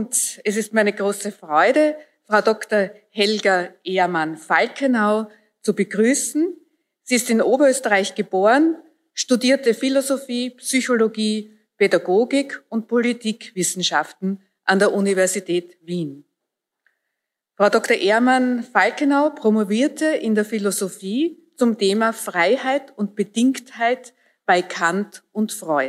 Und es ist mir eine große Freude, Frau Dr. Helga Ehrmann-Falkenau zu begrüßen. Sie ist in Oberösterreich geboren, studierte Philosophie, Psychologie, Pädagogik und Politikwissenschaften an der Universität Wien. Frau Dr. Ehrmann-Falkenau promovierte in der Philosophie zum Thema Freiheit und Bedingtheit bei Kant und Freud.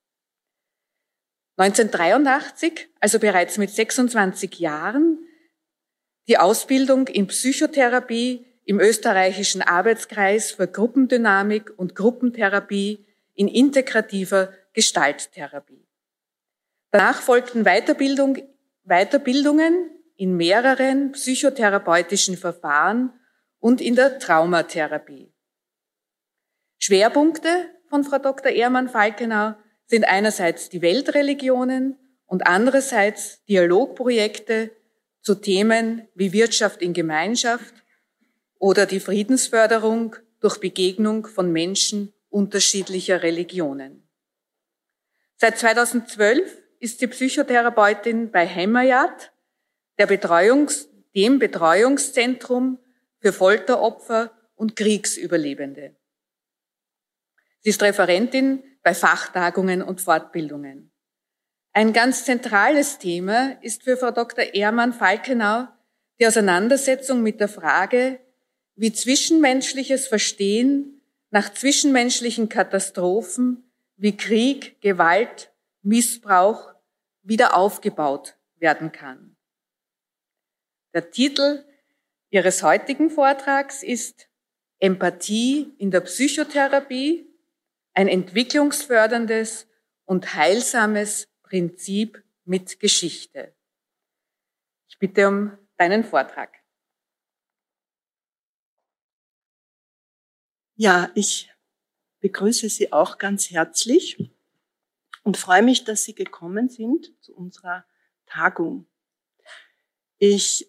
1983, also bereits mit 26 Jahren, die Ausbildung in Psychotherapie im österreichischen Arbeitskreis für Gruppendynamik und Gruppentherapie in integrativer Gestalttherapie. Danach folgten Weiterbildungen in mehreren psychotherapeutischen Verfahren und in der Traumatherapie. Schwerpunkte von Frau Dr. Ehrmann-Falkenau sind einerseits die Weltreligionen und andererseits Dialogprojekte zu Themen wie Wirtschaft in Gemeinschaft oder die Friedensförderung durch Begegnung von Menschen unterschiedlicher Religionen. Seit 2012 ist sie Psychotherapeutin bei Hemmayat, dem Betreuungszentrum für Folteropfer und Kriegsüberlebende. Sie ist Referentin bei Fachtagungen und Fortbildungen. Ein ganz zentrales Thema ist für Frau Dr. Ehrmann-Falkenau die Auseinandersetzung mit der Frage, wie zwischenmenschliches Verstehen nach zwischenmenschlichen Katastrophen wie Krieg, Gewalt, Missbrauch wieder aufgebaut werden kann. Der Titel ihres heutigen Vortrags ist Empathie in der Psychotherapie, ein entwicklungsförderndes und heilsames Prinzip mit Geschichte. Ich bitte um deinen Vortrag. Ja, ich begrüße Sie auch ganz herzlich und freue mich, dass Sie gekommen sind zu unserer Tagung. Ich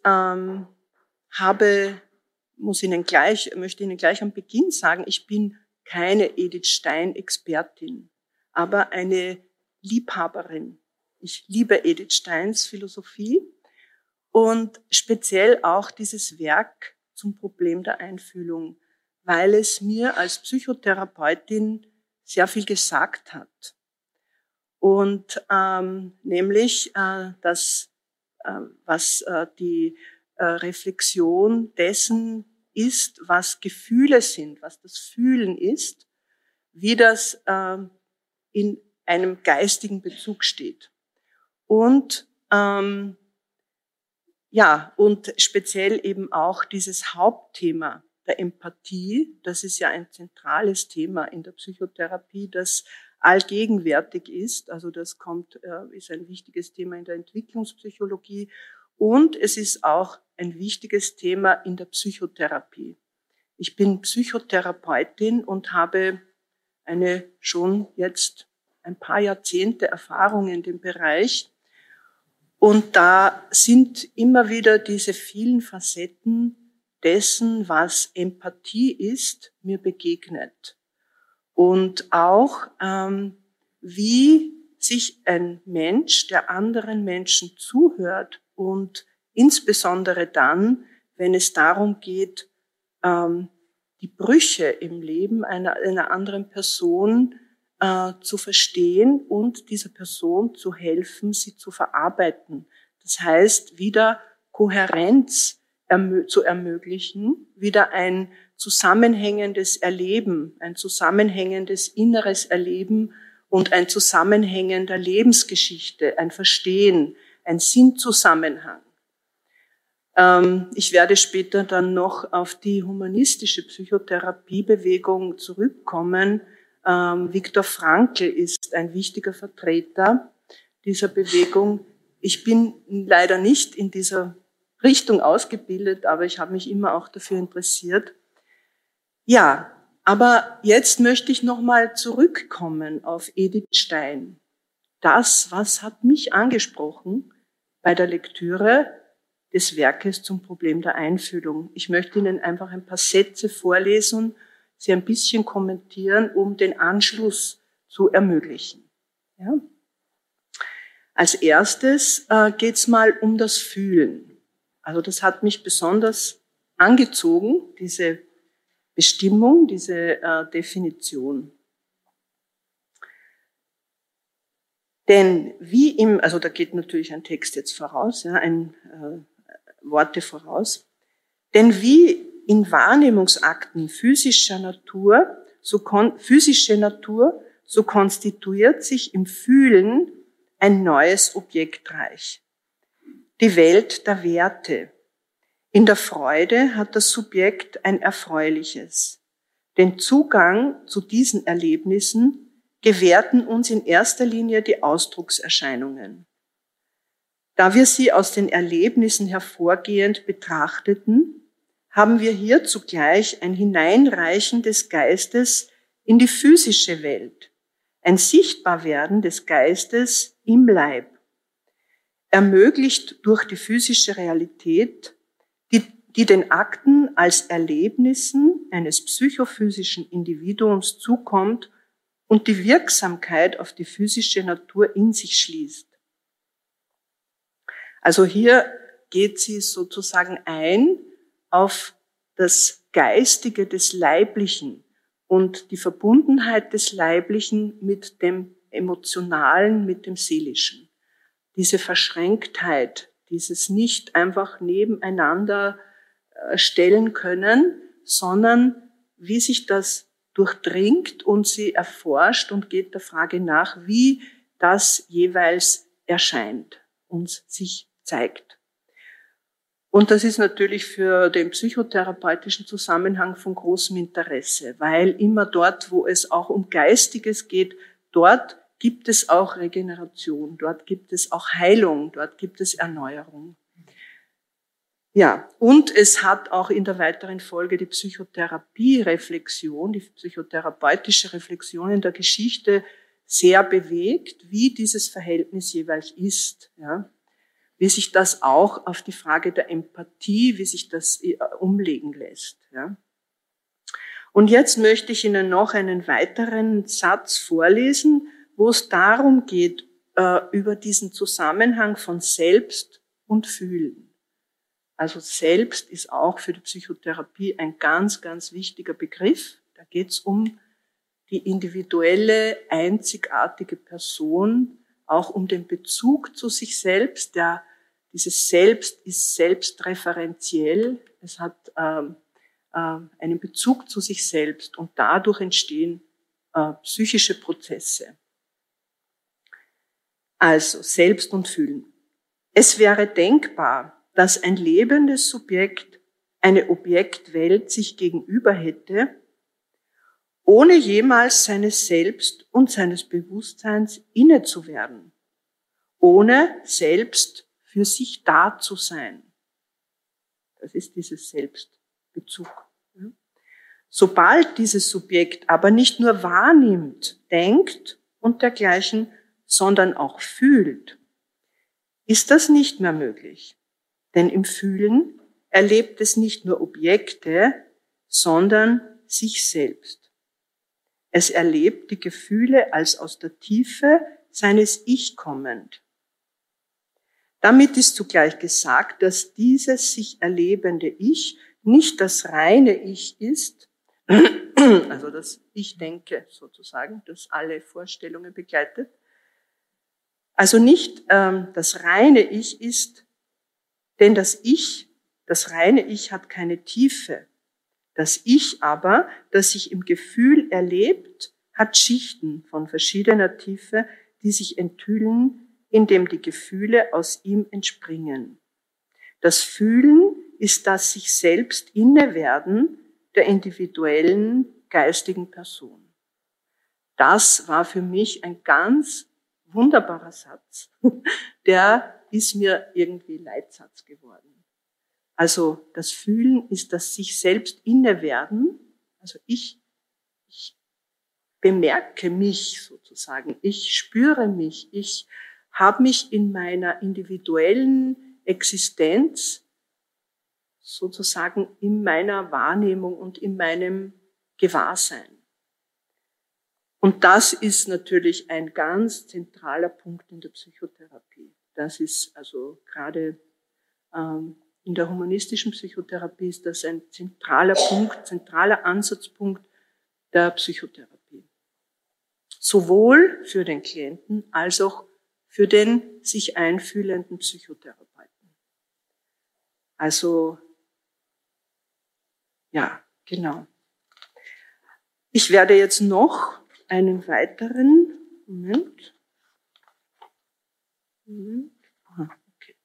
möchte Ihnen gleich am Beginn sagen, ich bin keine Edith Stein-Expertin, aber eine Liebhaberin. Ich liebe Edith Steins Philosophie und speziell auch dieses Werk zum Problem der Einfühlung, weil es mir als Psychotherapeutin sehr viel gesagt hat. Und nämlich was die Reflexion dessen ist, was Gefühle sind, was das Fühlen ist, wie das in einem geistigen Bezug steht. Und und speziell eben auch dieses Hauptthema der Empathie, das ist ja ein zentrales Thema in der Psychotherapie, das allgegenwärtig ist. Also das ist ein wichtiges Thema in der Entwicklungspsychologie und es ist auch ein wichtiges Thema in der Psychotherapie. Ich bin Psychotherapeutin und habe schon jetzt ein paar Jahrzehnte Erfahrung in dem Bereich. Und da sind immer wieder diese vielen Facetten dessen, was Empathie ist, mir begegnet. Und auch, wie sich ein Mensch, der anderen Menschen zuhört und insbesondere dann, wenn es darum geht, die Brüche im Leben einer anderen Person zu verstehen und dieser Person zu helfen, sie zu verarbeiten. Das heißt, wieder Kohärenz zu ermöglichen, wieder ein zusammenhängendes Erleben, ein zusammenhängendes inneres Erleben und ein zusammenhängender Lebensgeschichte, ein Verstehen, ein Sinnzusammenhang. Ich werde später dann noch auf die humanistische Psychotherapiebewegung zurückkommen. Viktor Frankl ist ein wichtiger Vertreter dieser Bewegung. Ich bin leider nicht in dieser Richtung ausgebildet, aber ich habe mich immer auch dafür interessiert. Ja, aber jetzt möchte ich nochmal zurückkommen auf Edith Stein. Was hat mich angesprochen bei der Lektüre des Werkes zum Problem der Einfühlung? Ich möchte Ihnen einfach ein paar Sätze vorlesen, sie ein bisschen kommentieren, um den Anschluss zu ermöglichen. Ja? Als erstes geht's mal um das Fühlen. Also das hat mich besonders angezogen, diese Bestimmung, diese Definition. Denn also da geht natürlich ein Text jetzt voraus, ja, Worte voraus. Denn wie in Wahrnehmungsakten physische Natur, so konstituiert sich im Fühlen ein neues Objektreich. Die Welt der Werte. In der Freude hat das Subjekt ein erfreuliches. Den Zugang zu diesen Erlebnissen gewährten uns in erster Linie die Ausdruckserscheinungen. Da wir sie aus den Erlebnissen hervorgehend betrachteten, haben wir hier zugleich ein Hineinreichen des Geistes in die physische Welt, ein Sichtbarwerden des Geistes im Leib, ermöglicht durch die physische Realität, die den Akten als Erlebnissen eines psychophysischen Individuums zukommt und die Wirksamkeit auf die physische Natur in sich schließt. Also hier geht sie sozusagen ein auf das Geistige des Leiblichen und die Verbundenheit des Leiblichen mit dem Emotionalen, mit dem Seelischen. Diese Verschränktheit, dieses nicht einfach nebeneinander stellen können, sondern wie sich das durchdringt und sie erforscht und geht der Frage nach, wie das jeweils erscheint, uns sich zeigt. Und das ist natürlich für den psychotherapeutischen Zusammenhang von großem Interesse, weil immer dort, wo es auch um Geistiges geht, dort gibt es auch Regeneration, dort gibt es auch Heilung, dort gibt es Erneuerung. Ja, und es hat auch in der weiteren Folge die Psychotherapie-Reflexion, die psychotherapeutische Reflexion in der Geschichte sehr bewegt, wie dieses Verhältnis jeweils ist, ja. Wie sich das auch auf die Frage der Empathie, wie sich das umlegen lässt, ja. Und jetzt möchte ich Ihnen noch einen weiteren Satz vorlesen, wo es darum geht, über diesen Zusammenhang von Selbst und Fühlen. Also Selbst ist auch für die Psychotherapie ein ganz, ganz wichtiger Begriff. Da geht es um die individuelle, einzigartige Person, auch um den Bezug zu sich selbst. Dieses Selbst ist selbstreferenziell. Es hat einen Bezug zu sich selbst und dadurch entstehen psychische Prozesse. Also Selbst und Fühlen. Es wäre denkbar, dass ein lebendes Subjekt eine Objektwelt sich gegenüber hätte, ohne jemals seines Selbst und seines Bewusstseins inne zu werden, ohne selbst für sich da zu sein. Das ist dieses Selbstbezug. Sobald dieses Subjekt aber nicht nur wahrnimmt, denkt und dergleichen, sondern auch fühlt, ist das nicht mehr möglich. Denn im Fühlen erlebt es nicht nur Objekte, sondern sich selbst. Es erlebt die Gefühle als aus der Tiefe seines Ich kommend. Damit ist zugleich gesagt, dass dieses sich erlebende Ich nicht das reine Ich ist, also das Ich denke sozusagen, das alle Vorstellungen begleitet, also nicht das reine Ich ist, denn das reine Ich hat keine Tiefe. Das Ich aber, das sich im Gefühl erlebt, hat Schichten von verschiedener Tiefe, die sich enthüllen, indem die Gefühle aus ihm entspringen. Das Fühlen ist das sich selbst Innewerden der individuellen geistigen Person. Das war für mich ein ganz wunderbarer Satz, der ist mir irgendwie Leitsatz geworden. Also das Fühlen ist das sich selbst Innewerden. Also ich bemerke mich sozusagen, ich spüre mich, ich habe mich in meiner individuellen Existenz sozusagen in meiner Wahrnehmung und in meinem Gewahrsein. Und das ist natürlich ein ganz zentraler Punkt in der Psychotherapie. Das ist also gerade in der humanistischen Psychotherapie ist das ein zentraler Punkt, zentraler Ansatzpunkt der Psychotherapie. Sowohl für den Klienten als auch für den sich einfühlenden Psychotherapeuten. Also, ja, genau. Ich werde jetzt noch einen weiteren, Moment. Okay.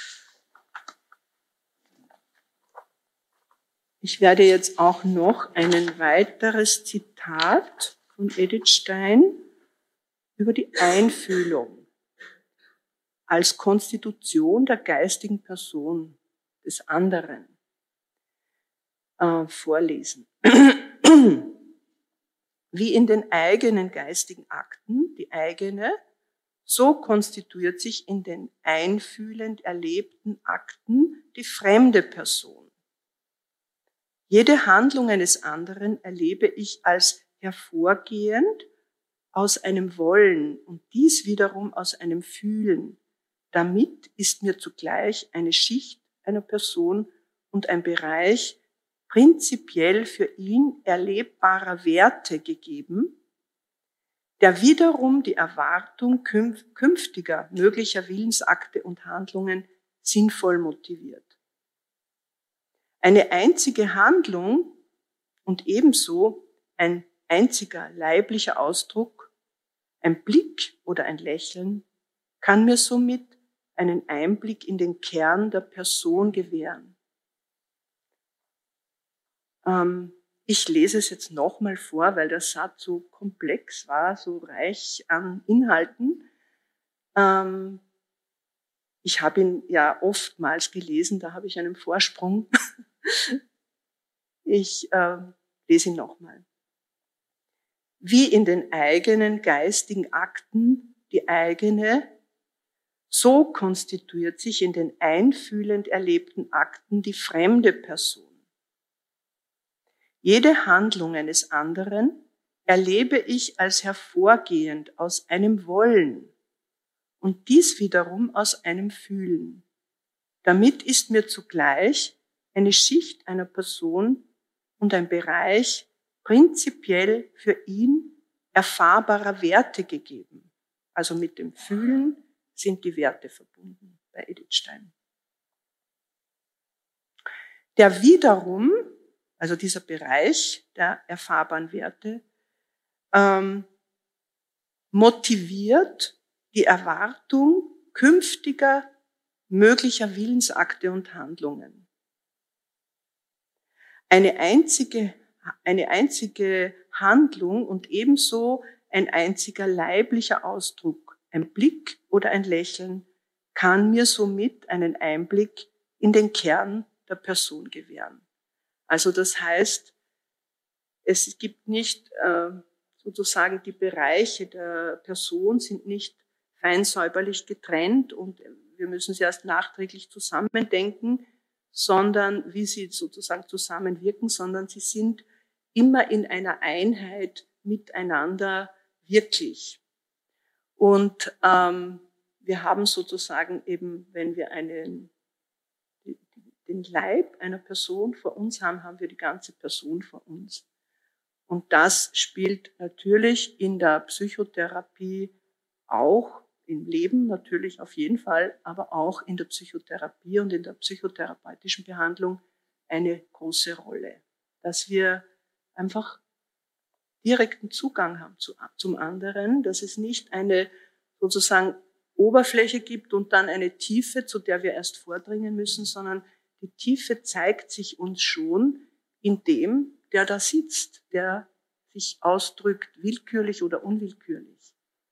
Ich werde jetzt auch noch ein weiteres Zitat von Edith Stein über die Einfühlung als Konstitution der geistigen Person des anderen vorlesen. Wie in den eigenen geistigen Akten, die eigene, so konstituiert sich in den einfühlend erlebten Akten die fremde Person. Jede Handlung eines anderen erlebe ich als hervorgehend aus einem Wollen und dies wiederum aus einem Fühlen. Damit ist mir zugleich eine Schicht einer Person und ein Bereich prinzipiell für ihn erlebbarer Werte gegeben, der wiederum die Erwartung künftiger möglicher Willensakte und Handlungen sinnvoll motiviert. Eine einzige Handlung und ebenso ein einziger leiblicher Ausdruck, ein Blick oder ein Lächeln, kann mir somit einen Einblick in den Kern der Person gewähren. Ich lese es jetzt nochmal vor, weil der Satz so komplex war, so reich an Inhalten. Ich habe ihn ja oftmals gelesen, da habe ich einen Vorsprung. Ich lese ihn nochmal. Wie in den eigenen geistigen Akten die eigene, so konstituiert sich in den einfühlend erlebten Akten die fremde Person. Jede Handlung eines anderen erlebe ich als hervorgehend aus einem Wollen und dies wiederum aus einem Fühlen. Damit ist mir zugleich eine Schicht einer Person und ein Bereich prinzipiell für ihn erfahrbarer Werte gegeben. Also mit dem Fühlen sind die Werte verbunden bei Edith Stein. Der wiederum, also dieser Bereich der erfahrbaren Werte, motiviert die Erwartung künftiger möglicher Willensakte und Handlungen. Eine einzige Handlung und ebenso ein einziger leiblicher Ausdruck, ein Blick oder ein Lächeln, kann mir somit einen Einblick in den Kern der Person gewähren. Also das heißt, es gibt nicht sozusagen die Bereiche der Person sind nicht fein säuberlich getrennt und wir müssen sie erst nachträglich zusammendenken, sondern wie sie sozusagen zusammenwirken, sondern sie sind immer in einer Einheit miteinander wirklich. Und wir haben sozusagen eben, wenn wir den Leib einer Person vor uns haben, haben wir die ganze Person vor uns. Und das spielt natürlich in der Psychotherapie auch, im Leben natürlich auf jeden Fall, aber auch in der Psychotherapie und in der psychotherapeutischen Behandlung eine große Rolle. Dass wir einfach direkten Zugang haben zum anderen, dass es nicht eine sozusagen Oberfläche gibt und dann eine Tiefe, zu der wir erst vordringen müssen, sondern die Tiefe zeigt sich uns schon in dem, der da sitzt, der sich ausdrückt, willkürlich oder unwillkürlich.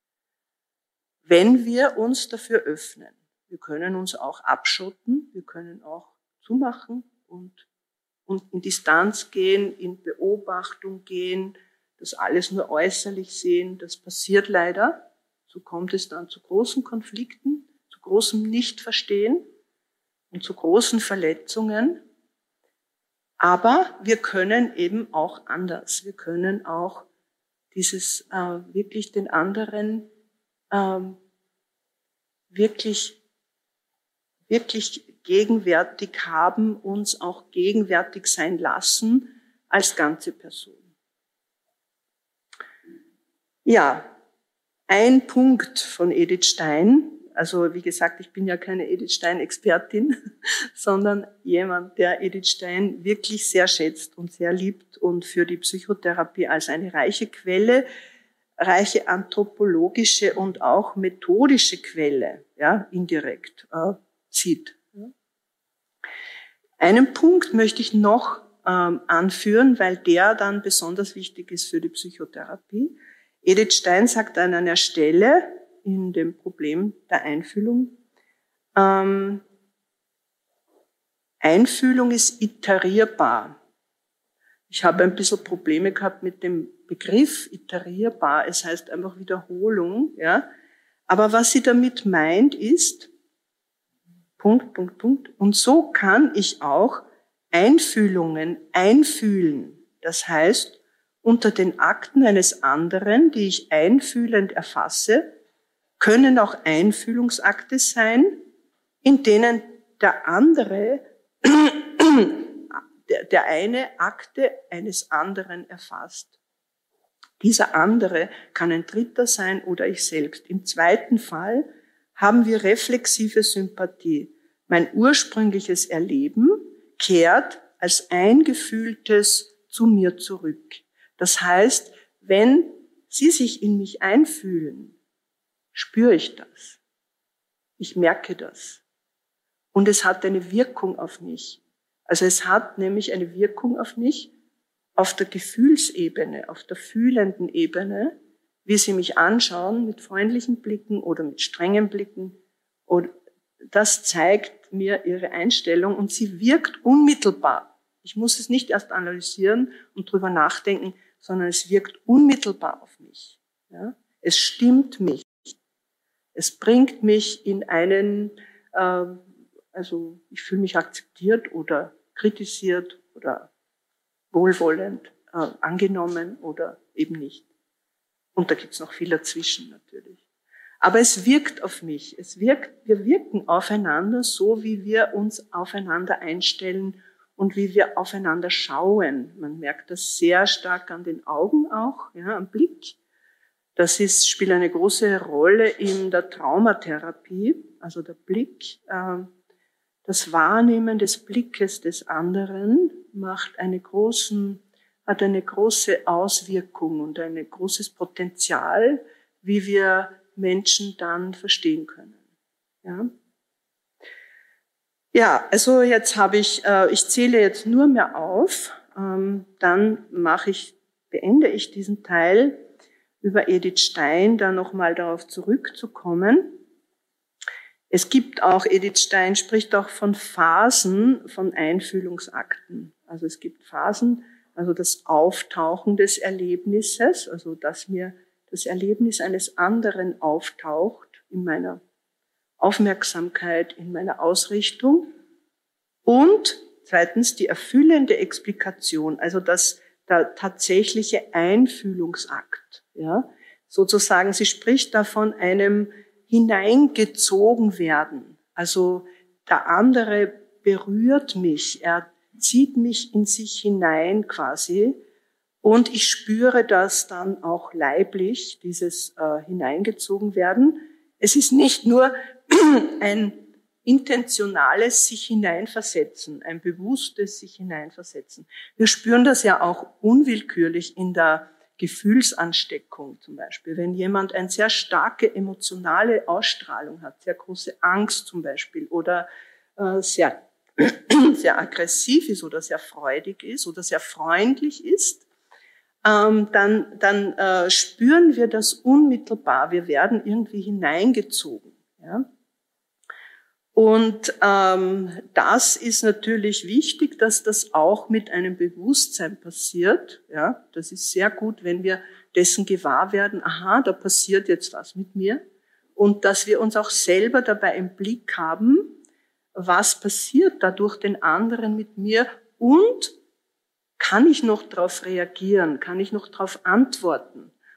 Wenn wir uns dafür öffnen, wir können uns auch abschotten, wir können auch zumachen und in Distanz gehen, in Beobachtung gehen, das alles nur äußerlich sehen, das passiert leider. So kommt es dann zu großen Konflikten, zu großem Nichtverstehen und zu großen Verletzungen. Aber wir können eben auch anders. Wir können auch dieses wirklich den anderen wirklich gegenwärtig haben, uns auch gegenwärtig sein lassen als ganze Person. Ja, ein Punkt von Edith Stein, also wie gesagt, ich bin ja keine Edith Stein-Expertin, sondern jemand, der Edith Stein wirklich sehr schätzt und sehr liebt und für die Psychotherapie als eine reiche Quelle, reiche anthropologische und auch methodische Quelle, ja, indirekt sieht. Einen Punkt möchte ich noch anführen, weil der dann besonders wichtig ist für die Psychotherapie. Edith Stein sagt an einer Stelle in dem Problem der Einfühlung, Einfühlung ist iterierbar. Ich habe ein bisschen Probleme gehabt mit dem Begriff iterierbar. Es heißt einfach Wiederholung, ja. Aber was sie damit meint ist, Punkt. Und so kann ich auch Einfühlungen einfühlen. Das heißt, unter den Akten eines anderen, die ich einfühlend erfasse, können auch Einfühlungsakte sein, in denen der andere, der eine Akte eines anderen erfasst. Dieser andere kann ein Dritter sein oder ich selbst. Im zweiten Fall haben wir reflexive Sympathie. Mein ursprüngliches Erleben kehrt als Eingefühltes zu mir zurück. Das heißt, wenn Sie sich in mich einfühlen, spüre ich das. Ich merke das. Und es hat eine Wirkung auf mich. Also es hat nämlich eine Wirkung auf mich auf der Gefühlsebene, auf der fühlenden Ebene, wie Sie mich anschauen mit freundlichen Blicken oder mit strengen Blicken. Und das zeigt mir Ihre Einstellung und sie wirkt unmittelbar. Ich muss es nicht erst analysieren und drüber nachdenken, sondern es wirkt unmittelbar auf mich. Ja? Es stimmt mich. Es bringt mich in einen, also ich fühle mich akzeptiert oder kritisiert oder wohlwollend angenommen oder eben nicht. Und da gibt's noch viel dazwischen natürlich. Aber es wirkt auf mich. Wir wirken aufeinander so, wie wir uns aufeinander einstellen und wie wir aufeinander schauen. Man merkt das sehr stark an den Augen auch, ja, am Blick. Das spielt eine große Rolle in der Traumatherapie, also der Blick, das Wahrnehmen des Blickes des anderen hat eine große Auswirkung und ein großes Potenzial, wie wir Menschen dann verstehen können. Ja, also jetzt ich zähle jetzt nur mehr auf, dann beende ich diesen Teil über Edith Stein, dann nochmal darauf zurückzukommen. Es gibt auch, Edith Stein spricht auch von Phasen von Einfühlungsakten. Also es gibt Phasen, also das Auftauchen des Erlebnisses, also dass mir das Erlebnis eines anderen auftaucht in meiner Aufmerksamkeit, in meiner Ausrichtung. Und zweitens die erfüllende Explikation, also der tatsächliche Einfühlungsakt. Ja, sozusagen, sie spricht da von einem hineingezogen werden. Also der andere berührt mich, er zieht mich in sich hinein quasi und ich spüre das dann auch leiblich, dieses hineingezogen werden. Es ist nicht nur ein intentionales sich hineinversetzen, ein bewusstes sich hineinversetzen. Wir spüren das ja auch unwillkürlich in der Gefühlsansteckung zum Beispiel. Wenn jemand eine sehr starke emotionale Ausstrahlung hat, sehr große Angst zum Beispiel oder sehr aggressiv ist oder sehr freudig ist oder sehr freundlich ist, dann spüren wir das unmittelbar. Wir werden irgendwie hineingezogen. Ja? Und das ist natürlich wichtig, dass das auch mit einem Bewusstsein passiert. Ja, das ist sehr gut, wenn wir dessen gewahr werden, aha, da passiert jetzt was mit mir. Und dass wir uns auch selber dabei im Blick haben, was passiert da durch den anderen mit mir und kann ich noch darauf reagieren, kann ich noch darauf antworten.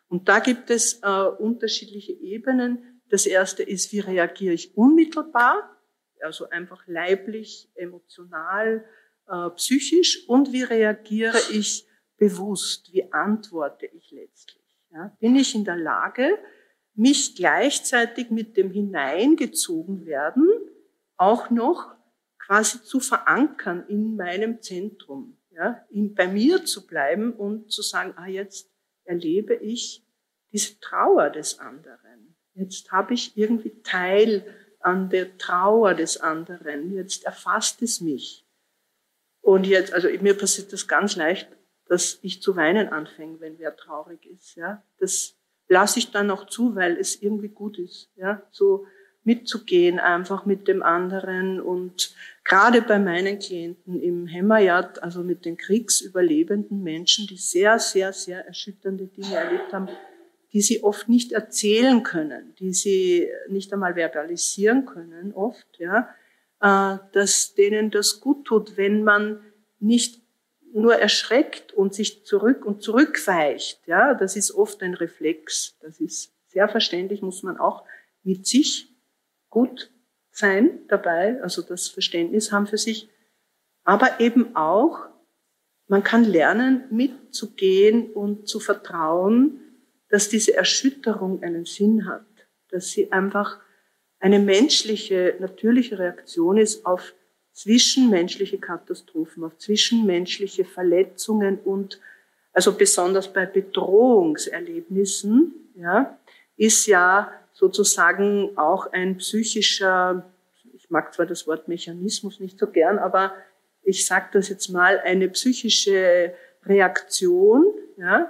Und da gibt es unterschiedliche Ebenen. Das erste ist, wie reagiere ich unmittelbar, also einfach leiblich, emotional, psychisch, und wie reagiere ich bewusst, wie antworte ich letztlich. Ja? Bin ich in der Lage, mich gleichzeitig mit dem hineingezogen werden auch noch quasi zu verankern in meinem Zentrum, ja? Bei mir zu bleiben und zu sagen, jetzt erlebe ich diese Trauer des anderen. Jetzt habe ich irgendwie Teil an der Trauer des anderen. Jetzt erfasst es mich. Und jetzt, also mir passiert das ganz leicht, dass ich zu weinen anfange, wenn wer traurig ist. Ja, das lasse ich dann auch zu, weil es irgendwie gut ist. Ja, so mitzugehen einfach mit dem anderen. Und gerade bei meinen Klienten im Hämmerjad, also mit den kriegsüberlebenden Menschen, die sehr, sehr, sehr erschütternde Dinge erlebt haben, die sie oft nicht erzählen können, die sie nicht einmal verbalisieren können oft, ja, dass denen das gut tut, wenn man nicht nur erschreckt und sich zurückweicht. Ja, das ist oft ein Reflex. Das ist sehr verständlich, muss man auch mit sich gut sein dabei, also das Verständnis haben für sich. Aber eben auch, man kann lernen, mitzugehen und zu vertrauen, dass diese Erschütterung einen Sinn hat, dass sie einfach eine menschliche, natürliche Reaktion ist auf zwischenmenschliche Katastrophen, auf zwischenmenschliche Verletzungen und also besonders bei Bedrohungserlebnissen, ja, ist ja sozusagen auch ein psychischer, ich mag zwar das Wort Mechanismus nicht so gern, aber ich sage das jetzt mal, eine psychische Reaktion, ja,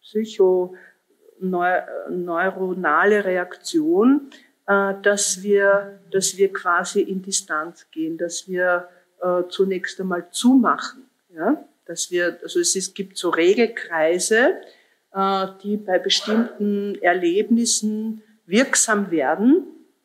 neuronale Reaktion, dass wir quasi in Distanz gehen, dass wir zunächst einmal zumachen, ja, also es gibt so Regelkreise, die bei bestimmten Erlebnissen wirksam werden.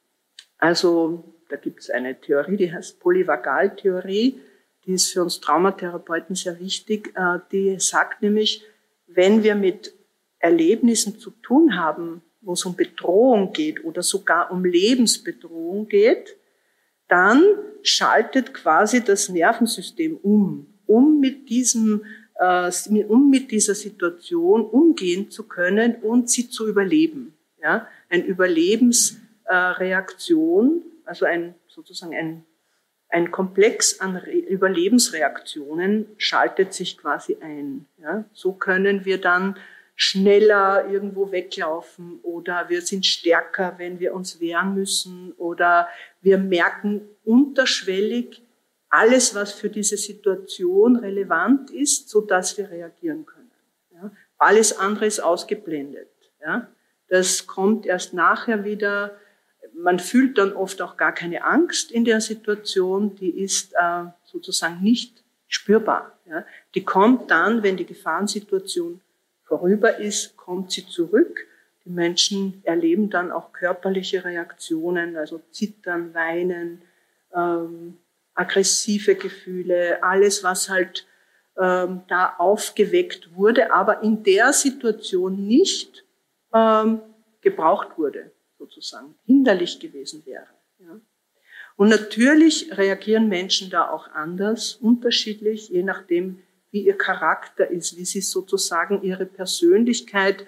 Also da gibt es eine Theorie, die heißt Polyvagaltheorie, die ist für uns Traumatherapeuten sehr wichtig. Die sagt nämlich, wenn wir mit Erlebnissen zu tun haben, wo es um Bedrohung geht oder sogar um Lebensbedrohung geht, dann schaltet quasi das Nervensystem um mit dieser Situation umgehen zu können und sie zu überleben. Ja, eine Überlebensreaktion, also sozusagen ein Komplex an Überlebensreaktionen schaltet sich quasi ein. Ja, so können wir dann schneller irgendwo weglaufen oder wir sind stärker, wenn wir uns wehren müssen oder wir merken unterschwellig alles, was für diese Situation relevant ist, so dass wir reagieren können. Ja, alles andere ist ausgeblendet. Ja, das kommt erst nachher wieder. Man fühlt dann oft auch gar keine Angst in der Situation, die ist sozusagen nicht spürbar. Ja, die kommt dann, wenn die Gefahrensituation vorüber ist, kommt sie zurück. Die Menschen erleben dann auch körperliche Reaktionen, also Zittern, Weinen, aggressive Gefühle, alles, was halt da aufgeweckt wurde, aber in der Situation nicht gebraucht wurde, sozusagen, hinderlich gewesen wäre. Ja. Und natürlich reagieren Menschen da auch anders, unterschiedlich, je nachdem, wie ihr Charakter ist, wie sie sozusagen ihre Persönlichkeit,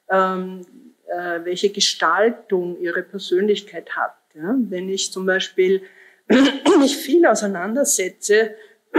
welche Gestaltung ihre Persönlichkeit hat. Ja? Wenn ich zum Beispiel mich viel auseinandersetze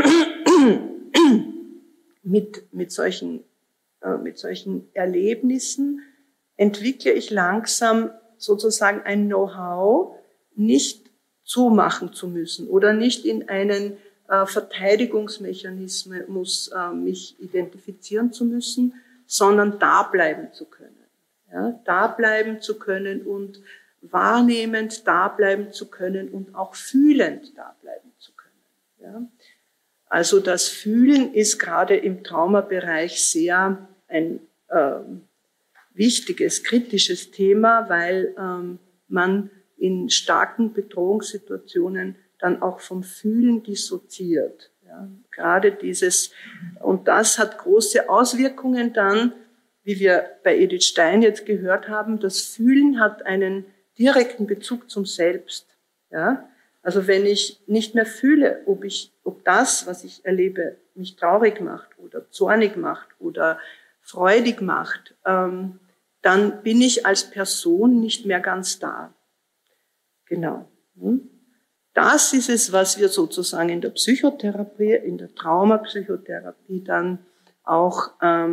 mit solchen Erlebnissen, entwickle ich langsam sozusagen ein Know-how, nicht zumachen zu müssen oder nicht in einen Verteidigungsmechanismus mich identifizieren zu müssen, sondern da bleiben zu können. Ja, da bleiben zu können und wahrnehmend da bleiben zu können und auch fühlend da bleiben zu können. Ja. Also das Fühlen ist gerade im Traumabereich sehr ein wichtiges, kritisches Thema, weil man in starken Bedrohungssituationen dann auch vom Fühlen dissoziiert. Ja, gerade und das hat große Auswirkungen dann, wie wir bei Edith Stein jetzt gehört haben, das Fühlen hat einen direkten Bezug zum Selbst. Ja? Also wenn ich nicht mehr fühle, ob das, was ich erlebe, mich traurig macht oder zornig macht oder freudig macht, dann bin ich als Person nicht mehr ganz da. Genau. Das ist es, was wir sozusagen in der Psychotherapie, in der Traumapsychotherapie dann auch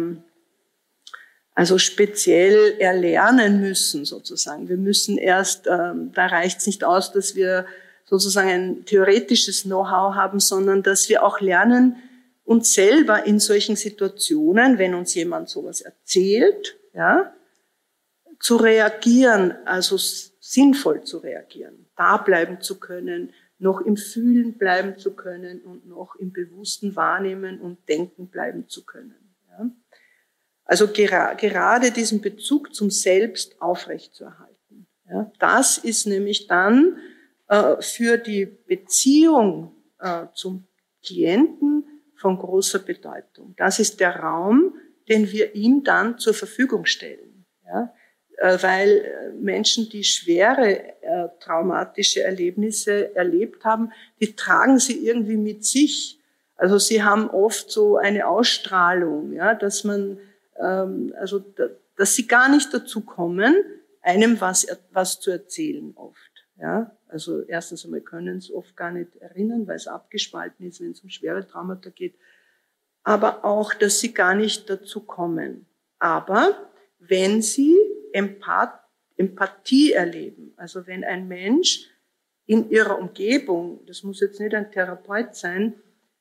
also speziell erlernen müssen sozusagen. Wir müssen erst, da reicht es nicht aus, dass wir sozusagen ein theoretisches Know-how haben, sondern dass wir auch lernen, uns selber in solchen Situationen, wenn uns jemand sowas erzählt, ja, zu reagieren, also sinnvoll zu reagieren, da bleiben zu können, noch im Fühlen bleiben zu können und noch im bewussten Wahrnehmen und Denken bleiben zu können. Ja. Also gerade diesen Bezug zum Selbst aufrechtzuerhalten. Ja. Das ist nämlich dann für die Beziehung zum Klienten von großer Bedeutung. Das ist der Raum, den wir ihm dann zur Verfügung stellen. Ja. Weil Menschen, die schwere traumatische Erlebnisse erlebt haben, die tragen sie irgendwie mit sich. Also sie haben oft so eine Ausstrahlung, ja, dass man, also dass sie gar nicht dazu kommen, einem was zu erzählen oft. Ja, also erstens einmal können sie oft gar nicht erinnern, weil es abgespalten ist, wenn es um schwere Traumata geht. Aber auch, dass sie gar nicht dazu kommen. Aber wenn sie Empathie erleben, also wenn ein Mensch in ihrer Umgebung, das muss jetzt nicht ein Therapeut sein,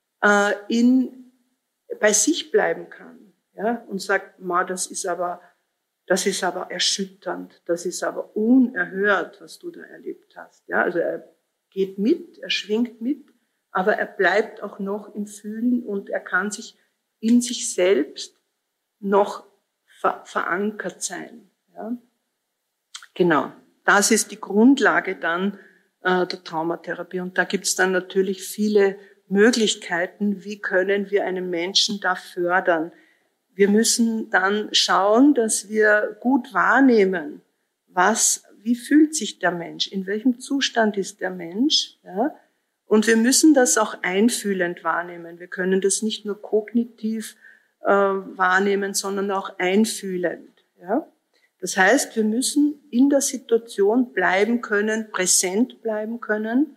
bei sich bleiben kann, ja, und sagt, das ist aber erschütternd, das ist aber unerhört, was du da erlebt hast. Ja, also er geht mit, er schwingt mit, aber er bleibt auch noch im Fühlen und er kann sich in sich selbst noch verankert sein. Ja. Genau, das ist die Grundlage dann der Traumatherapie. Und da gibt es dann natürlich viele Möglichkeiten, wie können wir einen Menschen da fördern. Wir müssen dann schauen, dass wir gut wahrnehmen, wie fühlt sich der Mensch, in welchem Zustand ist der Mensch. Ja? Und wir müssen das auch einfühlend wahrnehmen. Wir können das nicht nur kognitiv wahrnehmen, sondern auch einfühlend. Ja? Das heißt, wir müssen in der Situation bleiben können, präsent bleiben können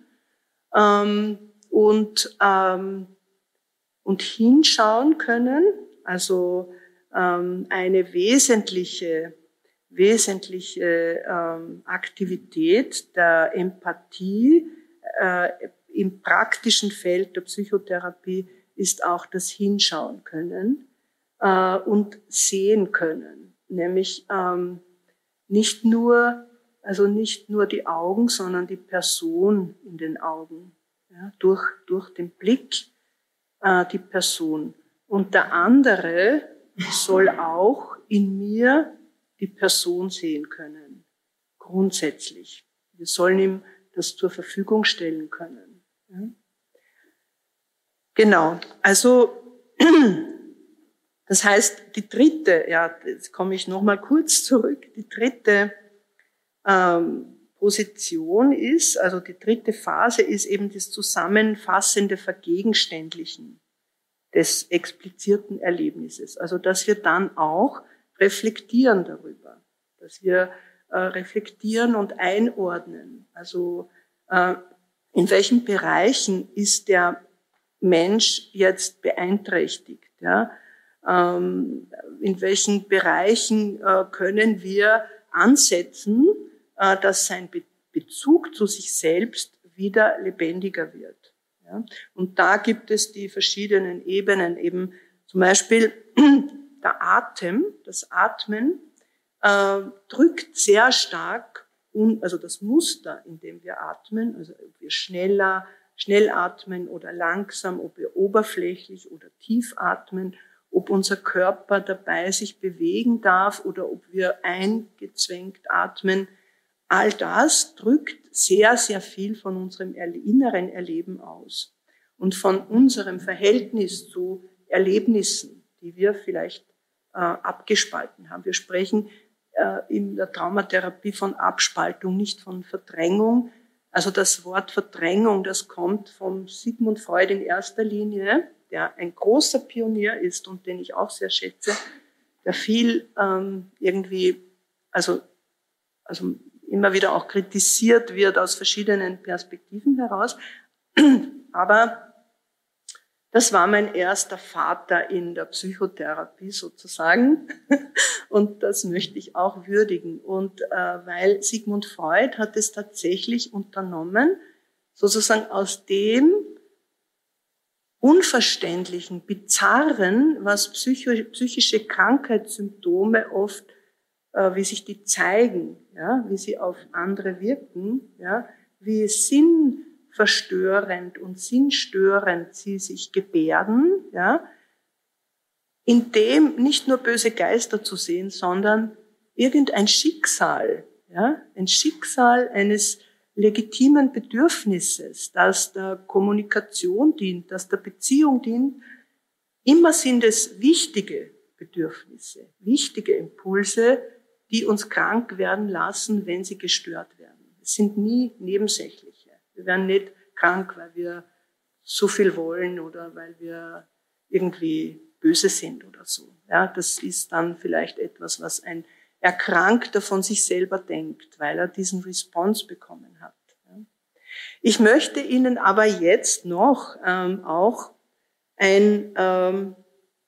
und hinschauen können. Also eine wesentliche Aktivität der Empathie im praktischen Feld der Psychotherapie ist auch das Hinschauen können und sehen können. Nämlich nicht nur die Augen, sondern die Person in den Augen. Ja, durch den Blick die Person. Und der andere soll auch in mir die Person sehen können. Grundsätzlich. Wir sollen ihm das zur Verfügung stellen können. Ja. Genau. Also, das heißt, die dritte, jetzt komme ich nochmal kurz zurück, die dritte Position ist, also die dritte Phase ist eben das zusammenfassende Vergegenständlichen des explizierten Erlebnisses. Also, dass wir dann auch reflektieren darüber, dass wir reflektieren und einordnen. Also, in welchen Bereichen ist der Mensch jetzt beeinträchtigt, ja? In welchen Bereichen können wir ansetzen, dass sein Bezug zu sich selbst wieder lebendiger wird. Ja? Und da gibt es die verschiedenen Ebenen, eben zum Beispiel der Atem, das Atmen drückt sehr stark, also das Muster, in dem wir atmen, also ob wir schnell atmen oder langsam, ob wir oberflächlich oder tief atmen, ob unser Körper dabei sich bewegen darf oder ob wir eingezwängt atmen. All das drückt sehr, sehr viel von unserem inneren Erleben aus und von unserem Verhältnis zu Erlebnissen, die wir vielleicht abgespalten haben. Wir sprechen in der Traumatherapie von Abspaltung, nicht von Verdrängung. Also das Wort Verdrängung, das kommt von Sigmund Freud in erster Linie, der ein großer Pionier ist und den ich auch sehr schätze, der viel irgendwie, also immer wieder auch kritisiert wird aus verschiedenen Perspektiven heraus. Aber das war mein erster Vater in der Psychotherapie sozusagen. Und das möchte ich auch würdigen. Und weil Sigmund Freud hat es tatsächlich unternommen, sozusagen aus dem Unverständlichen, Bizarren, was psychische Krankheitssymptome oft, wie sich die zeigen, ja, wie sie auf andere wirken, ja, wie sinnverstörend und sinnstörend sie sich gebärden, ja, in dem nicht nur böse Geister zu sehen, sondern irgendein Schicksal, ja, ein Schicksal eines legitimen Bedürfnisses, das der Kommunikation dient, das der Beziehung dient. Immer sind es wichtige Bedürfnisse, wichtige Impulse, die uns krank werden lassen, wenn sie gestört werden. Es sind nie nebensächliche. Wir werden nicht krank, weil wir so viel wollen oder weil wir irgendwie böse sind oder so. Ja, das ist dann vielleicht etwas, was ein Erkrankter von sich selber denkt, weil er diesen Response bekommen hat. Ich möchte Ihnen aber jetzt noch auch ein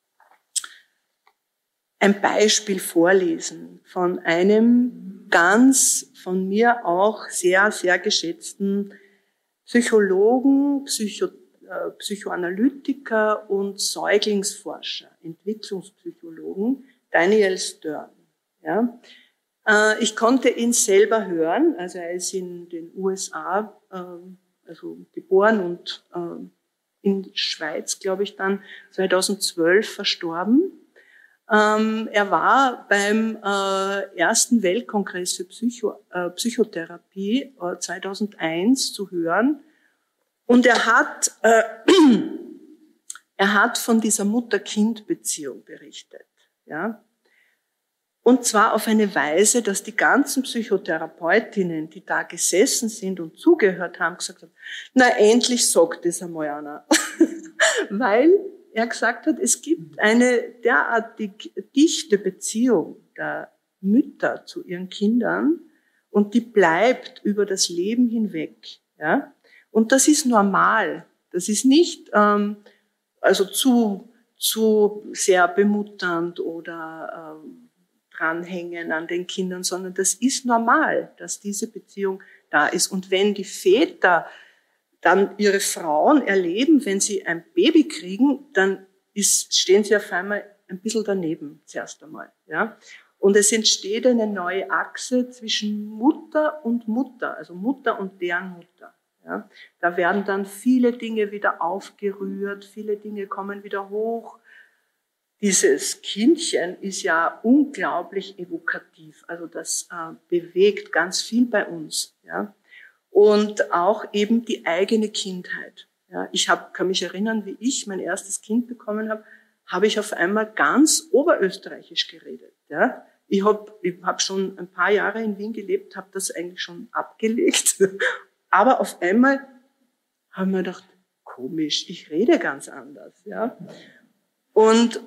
Beispiel vorlesen von einem ganz von mir auch sehr, sehr geschätzten Psychologen, Psychoanalytiker und Säuglingsforscher, Entwicklungspsychologen, Daniel Stern. Ja. Ich konnte ihn selber hören, also er ist in den USA also geboren und in Schweiz, glaube ich, dann 2012 verstorben. Er war beim ersten Weltkongress für Psychotherapie 2001 zu hören und er hat von dieser Mutter-Kind-Beziehung berichtet, ja. Und zwar auf eine Weise, dass die ganzen Psychotherapeutinnen, die da gesessen sind und zugehört haben, gesagt haben, na endlich sagt das einmal einer. Weil er gesagt hat, es gibt eine derartig dichte Beziehung der Mütter zu ihren Kindern und die bleibt über das Leben hinweg. Ja? Und das ist normal. Das ist nicht also zu sehr bemutternd oder dranhängen an den Kindern, sondern das ist normal, dass diese Beziehung da ist. Und wenn die Väter dann ihre Frauen erleben, wenn sie ein Baby kriegen, dann stehen sie auf einmal ein bisschen daneben zuerst einmal. Ja? Und es entsteht eine neue Achse zwischen Mutter und Mutter, also Mutter und deren Mutter. Ja? Da werden dann viele Dinge wieder aufgerührt, viele Dinge kommen wieder hoch. Dieses Kindchen ist ja unglaublich evokativ, also das bewegt ganz viel bei uns. Ja? Und auch eben die eigene Kindheit. Ja, ich kann mich erinnern, wie ich mein erstes Kind bekommen habe ich auf einmal ganz oberösterreichisch geredet. Ja, ich hab schon ein paar Jahre in Wien gelebt, habe das eigentlich schon abgelegt. Aber auf einmal haben wir gedacht, komisch, ich rede ganz anders. Ja, und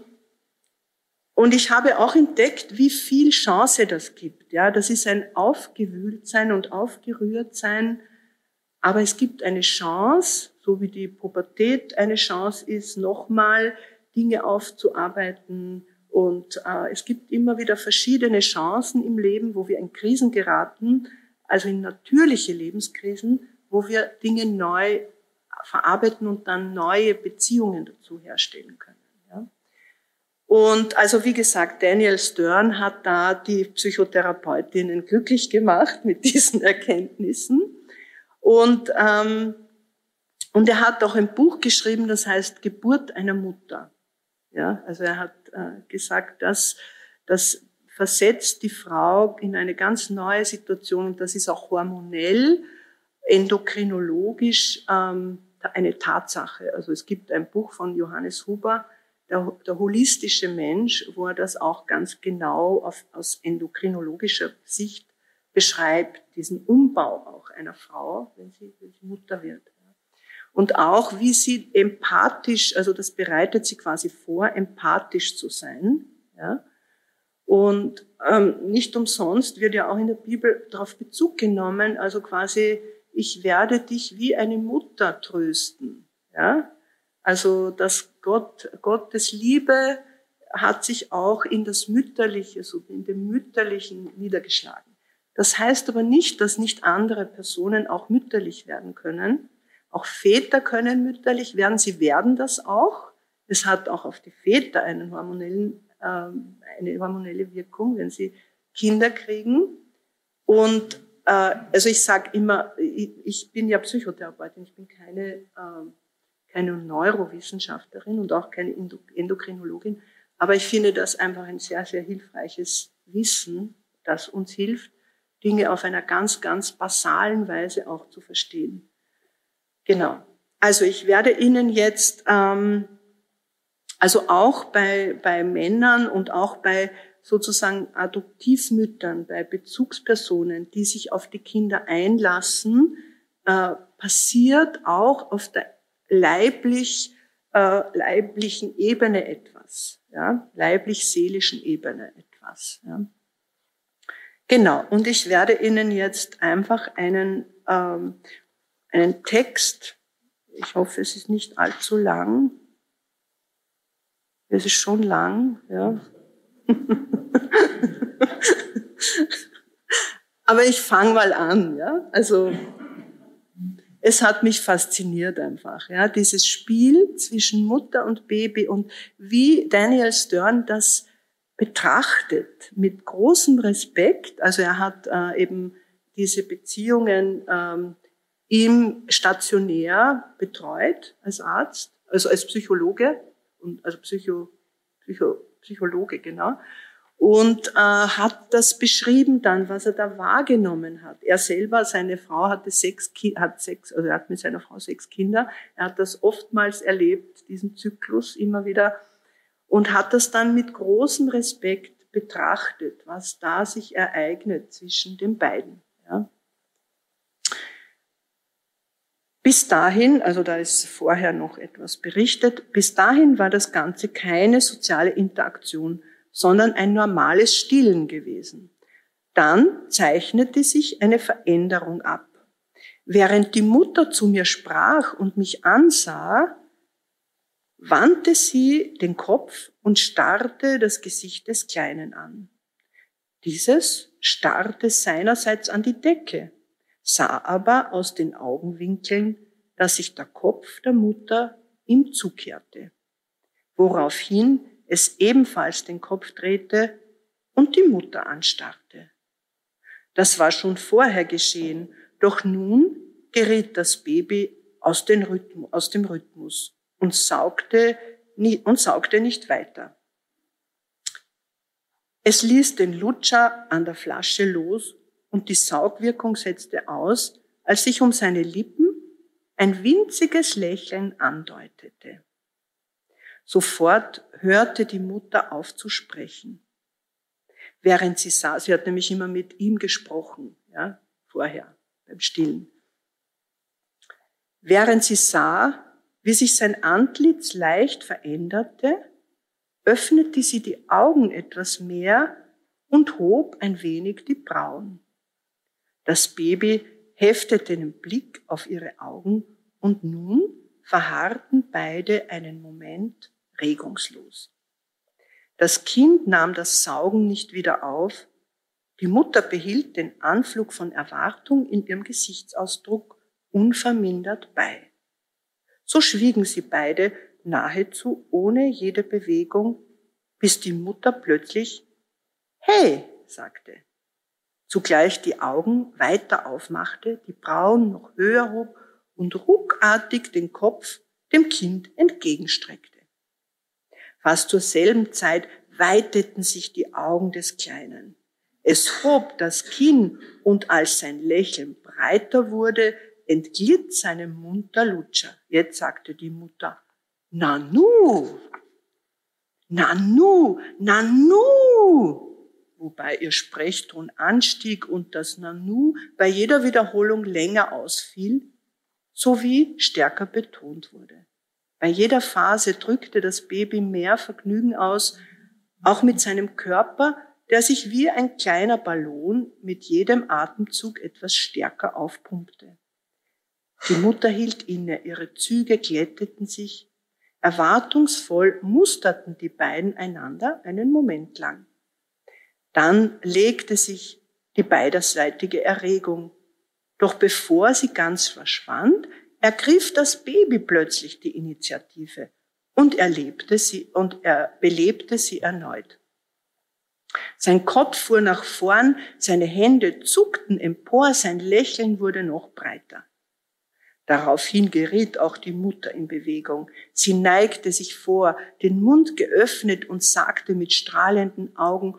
ich habe auch entdeckt, wie viel Chance das gibt. Ja, das ist ein Aufgewühltsein und Aufgerührtsein. Aber es gibt eine Chance, so wie die Pubertät eine Chance ist, nochmal Dinge aufzuarbeiten. Und es gibt immer wieder verschiedene Chancen im Leben, wo wir in Krisen geraten, also in natürliche Lebenskrisen, wo wir Dinge neu verarbeiten und dann neue Beziehungen dazu herstellen können. Ja? Und also wie gesagt, Daniel Stern hat da die Psychotherapeutinnen glücklich gemacht mit diesen Erkenntnissen. Und er hat auch ein Buch geschrieben, das heißt Geburt einer Mutter. Ja, also er hat gesagt, dass das versetzt die Frau in eine ganz neue Situation und das ist auch hormonell, endokrinologisch eine Tatsache. Also es gibt ein Buch von Johannes Huber, der holistische Mensch, wo er das auch ganz genau aus endokrinologischer Sicht beschreibt, diesen Umbau auch einer Frau, wenn sie Mutter wird. Und auch, wie sie empathisch, also das bereitet sie quasi vor, empathisch zu sein. Ja. Und nicht umsonst wird ja auch in der Bibel darauf Bezug genommen, also quasi, ich werde dich wie eine Mutter trösten. Ja. Also dass Gottes Liebe hat sich auch in das Mütterliche, so in dem Mütterlichen niedergeschlagen. Das heißt aber nicht, dass nicht andere Personen auch mütterlich werden können. Auch Väter können mütterlich werden, sie werden das auch. Es hat auch auf die Väter eine hormonelle Wirkung, wenn sie Kinder kriegen. Und also ich sage immer, ich bin ja Psychotherapeutin, ich bin keine Neurowissenschaftlerin und auch keine Endokrinologin, aber ich finde das einfach ein sehr, sehr hilfreiches Wissen, das uns hilft, Dinge auf einer ganz, ganz basalen Weise auch zu verstehen. Genau. Also ich werde Ihnen jetzt, also auch bei Männern und auch bei sozusagen Adoptivmüttern, bei Bezugspersonen, die sich auf die Kinder einlassen, passiert auch auf der leiblichen Ebene etwas, ja, leiblich-seelischen Ebene etwas. Ja. Genau. Und ich werde Ihnen jetzt einfach einen Text, ich hoffe, es ist nicht allzu lang. Es ist schon lang, ja. Aber ich fange mal an, ja. Also, es hat mich fasziniert einfach, ja. Dieses Spiel zwischen Mutter und Baby und wie Daniel Stern das betrachtet mit großem Respekt. Also er hat eben diese Beziehungen im stationär betreut als Arzt, also als Psychologe und also Psychologe, genau. Und hat das beschrieben dann, was er da wahrgenommen hat. Er selber, seine Frau er hat mit seiner Frau 6 Kinder. Er hat das oftmals erlebt, diesen Zyklus immer wieder, und hat das dann mit großem Respekt betrachtet, was da sich ereignet zwischen den beiden. Ja. Bis dahin, also da ist vorher noch etwas berichtet, bis dahin war das Ganze keine soziale Interaktion, sondern ein normales Stillen gewesen. Dann zeichnete sich eine Veränderung ab. Während die Mutter zu mir sprach und mich ansah, wandte sie den Kopf und starrte das Gesicht des Kleinen an. Dieses starrte seinerseits an die Decke, sah aber aus den Augenwinkeln, dass sich der Kopf der Mutter ihm zukehrte, woraufhin es ebenfalls den Kopf drehte und die Mutter anstarrte. Das war schon vorher geschehen, doch nun geriet das Baby aus dem Rhythmus und saugte nicht weiter. Es ließ den Lutscher an der Flasche los und die Saugwirkung setzte aus, als sich um seine Lippen ein winziges Lächeln andeutete. Sofort hörte die Mutter auf zu sprechen. Während sie sah, sie hat nämlich immer mit ihm gesprochen, ja, vorher beim Stillen. Während sie sah, wie sich sein Antlitz leicht veränderte, öffnete sie die Augen etwas mehr und hob ein wenig die Brauen. Das Baby heftete den Blick auf ihre Augen und nun verharrten beide einen Moment regungslos. Das Kind nahm das Saugen nicht wieder auf. Die Mutter behielt den Anflug von Erwartung in ihrem Gesichtsausdruck unvermindert bei. So schwiegen sie beide nahezu ohne jede Bewegung, bis die Mutter plötzlich »Hey«, sagte, zugleich die Augen weiter aufmachte, die Brauen noch höher hob und ruckartig den Kopf dem Kind entgegenstreckte. Fast zur selben Zeit weiteten sich die Augen des Kleinen. Es hob das Kinn und als sein Lächeln breiter wurde, entglitt seinem Mund der Lutscher. Jetzt sagte die Mutter, »Nanu«, Nanu, Nanu, wobei ihr Sprechton anstieg und das Nanu bei jeder Wiederholung länger ausfiel, sowie stärker betont wurde. Bei jeder Phase drückte das Baby mehr Vergnügen aus, auch mit seinem Körper, der sich wie ein kleiner Ballon mit jedem Atemzug etwas stärker aufpumpte. Die Mutter hielt inne, ihre Züge glätteten sich. Erwartungsvoll musterten die beiden einander einen Moment lang. Dann legte sich die beiderseitige Erregung. Doch bevor sie ganz verschwand, ergriff das Baby plötzlich die Initiative und er belebte sie erneut. Sein Kopf fuhr nach vorn, seine Hände zuckten empor, sein Lächeln wurde noch breiter. Daraufhin geriet auch die Mutter in Bewegung. Sie neigte sich vor, den Mund geöffnet und sagte mit strahlenden Augen,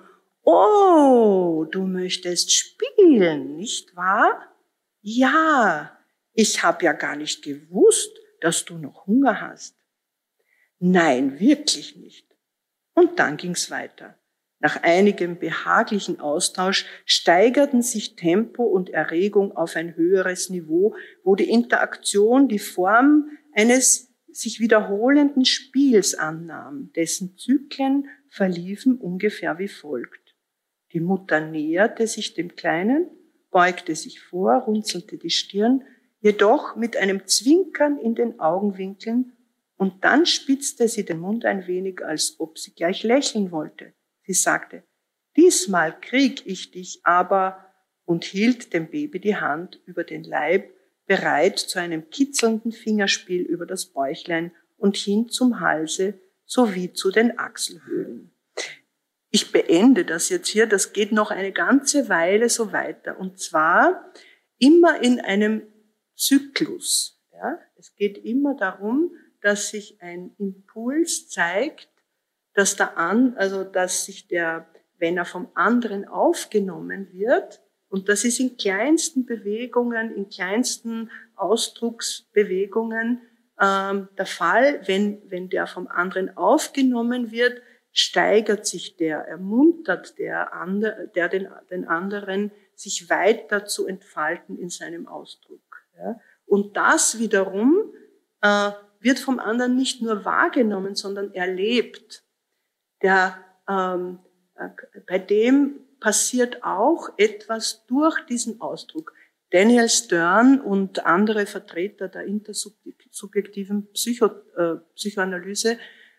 »Oh, du möchtest spielen, nicht wahr? Ja, ich habe ja gar nicht gewusst, dass du noch Hunger hast.« »Nein, wirklich nicht.« Und dann ging's weiter. Nach einigem behaglichen Austausch steigerten sich Tempo und Erregung auf ein höheres Niveau, wo die Interaktion die Form eines sich wiederholenden Spiels annahm, dessen Zyklen verliefen ungefähr wie folgt. Die Mutter näherte sich dem Kleinen, beugte sich vor, runzelte die Stirn, jedoch mit einem Zwinkern in den Augenwinkeln, und dann spitzte sie den Mund ein wenig, als ob sie gleich lächeln wollte. Sie sagte, »Diesmal krieg ich dich aber«, und hielt dem Baby die Hand über den Leib, bereit zu einem kitzelnden Fingerspiel über das Bäuchlein und hin zum Halse sowie zu den Achselhöhlen. Ich beende das jetzt hier, das geht noch eine ganze Weile so weiter, und zwar immer in einem Zyklus. Ja? Es geht immer darum, dass sich ein Impuls zeigt, dass wenn er vom anderen aufgenommen wird, und das ist in kleinsten Bewegungen, in kleinsten Ausdrucksbewegungen der Fall, wenn der vom anderen aufgenommen wird, steigert sich ermuntert den anderen, sich weiter zu entfalten in seinem Ausdruck. Ja? Und das wiederum wird vom anderen nicht nur wahrgenommen, sondern erlebt. Bei dem passiert auch etwas durch diesen Ausdruck. Daniel Stern und andere Vertreter der intersubjektiven Psychoanalyse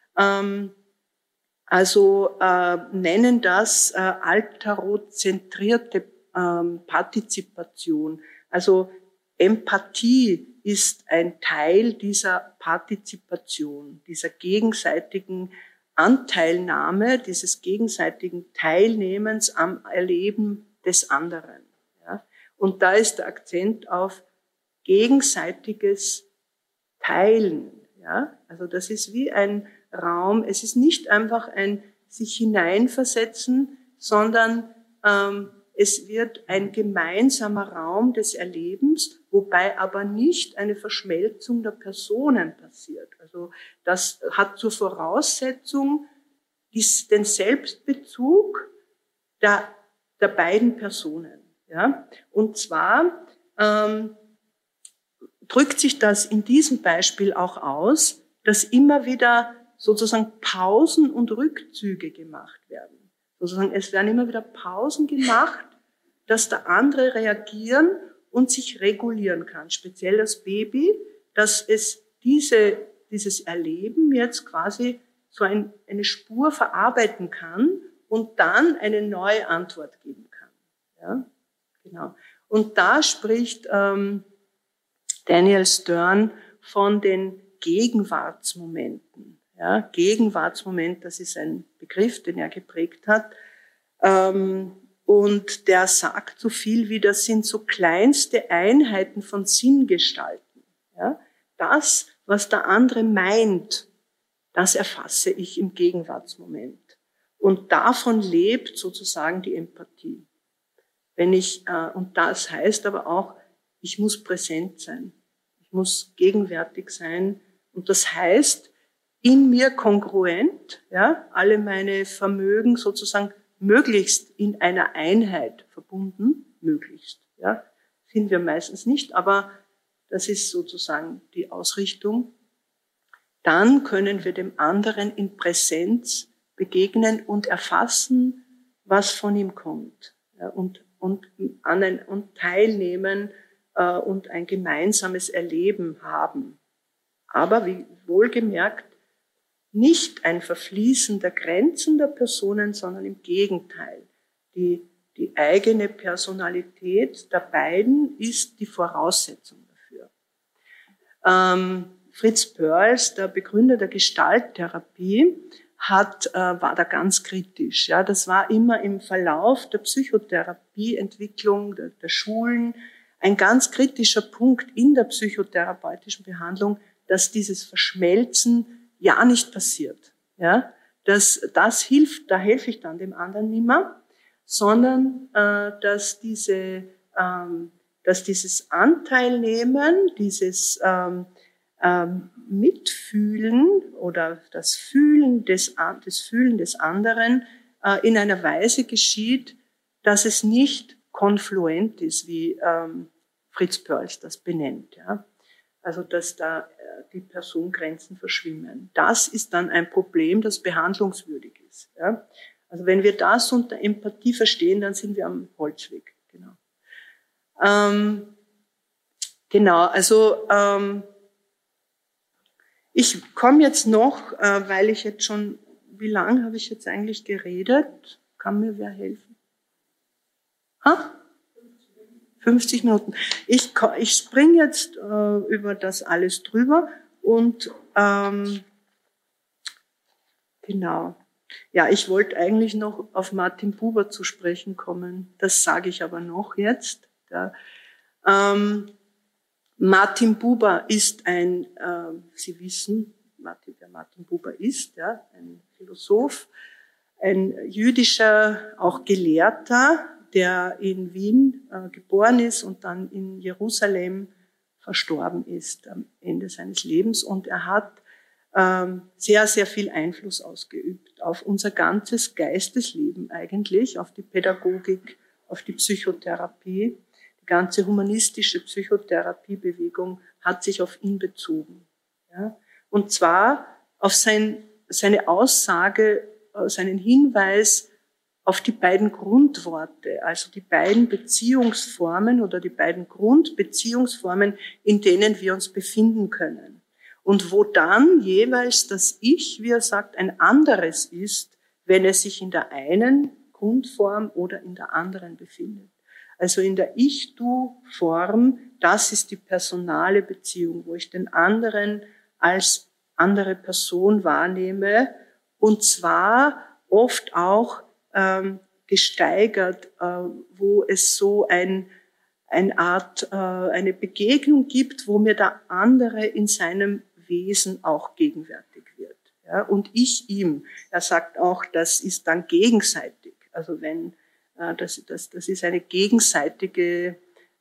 nennen das alterozentrierte Partizipation. Also Empathie ist ein Teil dieser Partizipation, dieser gegenseitigen Anteilnahme, dieses gegenseitigen Teilnehmens am Erleben des anderen. Ja? Und da ist der Akzent auf gegenseitiges Teilen. Ja? Also das ist wie ein Raum, es ist nicht einfach ein sich hineinversetzen, sondern es wird ein gemeinsamer Raum des Erlebens, wobei aber nicht eine Verschmelzung der Personen passiert. Also das hat zur Voraussetzung den Selbstbezug der beiden Personen. Ja? Und zwar drückt sich das in diesem Beispiel auch aus, dass immer wieder sozusagen Pausen und Rückzüge gemacht werden. Sozusagen, es werden immer wieder Pausen gemacht, dass der andere reagieren und sich regulieren kann. Speziell das Baby, dass es dieses Erleben jetzt quasi so eine Spur verarbeiten kann und dann eine neue Antwort geben kann. Ja, genau. Und da spricht Daniel Stern von den Gegenwartsmomenten. Ja, Gegenwartsmoment, das ist ein Begriff, den er geprägt hat. Und der sagt so viel wie, das sind so kleinste Einheiten von Sinngestalten. Ja, das, was der andere meint, das erfasse ich im Gegenwartsmoment. Und davon lebt sozusagen die Empathie. Und das heißt aber auch, ich muss präsent sein. Ich muss gegenwärtig sein. Und das heißt, in mir kongruent, ja, alle meine Vermögen sozusagen möglichst in einer Einheit verbunden, möglichst, ja, sind wir meistens nicht, aber das ist sozusagen die Ausrichtung. Dann können wir dem anderen in Präsenz begegnen und erfassen, was von ihm kommt, ja, und teilnehmen und ein gemeinsames Erleben haben. Aber wie wohlgemerkt, nicht ein Verfließen der Grenzen der Personen, sondern im Gegenteil. Die eigene Personalität der beiden ist die Voraussetzung dafür. Fritz Perls, der Begründer der Gestalttherapie, war da ganz kritisch. Ja, das war immer im Verlauf der Psychotherapieentwicklung der Schulen ein ganz kritischer Punkt in der psychotherapeutischen Behandlung, dass dieses Verschmelzen ja nicht passiert. Ja, das hilft, da helfe ich dann dem anderen nimmer, sondern dass dieses Anteilnehmen, dieses Mitfühlen oder das Fühlen des anderen in einer Weise geschieht, dass es nicht konfluent ist, wie Fritz Perls das benennt. Ja? Also dass da die Personengrenzen verschwimmen. Das ist dann ein Problem, das behandlungswürdig ist. Ja? Also wenn wir das unter Empathie verstehen, dann sind wir am Holzweg. Genau. Also ich komme jetzt noch, weil ich jetzt schon, wie lange habe ich jetzt eigentlich geredet? Kann mir wer helfen? 50 Minuten. Ich springe jetzt über das alles drüber und genau. Ja, ich wollte eigentlich noch auf Martin Buber zu sprechen kommen. Das sage ich aber noch jetzt. Ja. Martin Buber ist Sie wissen, wer Martin Buber ist, ja, ein Philosoph, ein jüdischer, auch Gelehrter, der in Wien geboren ist und dann in Jerusalem verstorben ist am Ende seines Lebens. Und er hat sehr, sehr viel Einfluss ausgeübt auf unser ganzes Geistesleben eigentlich, auf die Pädagogik, auf die Psychotherapie. Die ganze humanistische Psychotherapiebewegung hat sich auf ihn bezogen. Ja? Und zwar auf seine Aussage, seinen Hinweis auf die beiden Grundworte, also die beiden Beziehungsformen oder die beiden Grundbeziehungsformen, in denen wir uns befinden können. Und wo dann jeweils das Ich, wie er sagt, ein anderes ist, wenn es sich in der einen Grundform oder in der anderen befindet. Also in der Ich-Du-Form, das ist die personale Beziehung, wo ich den anderen als andere Person wahrnehme und zwar oft auch gesteigert, wo es so eine Begegnung gibt, wo mir der andere in seinem Wesen auch gegenwärtig wird. Ja, und ich ihm. Er sagt auch, das ist dann gegenseitig. Also wenn das ist ein gegenseitiges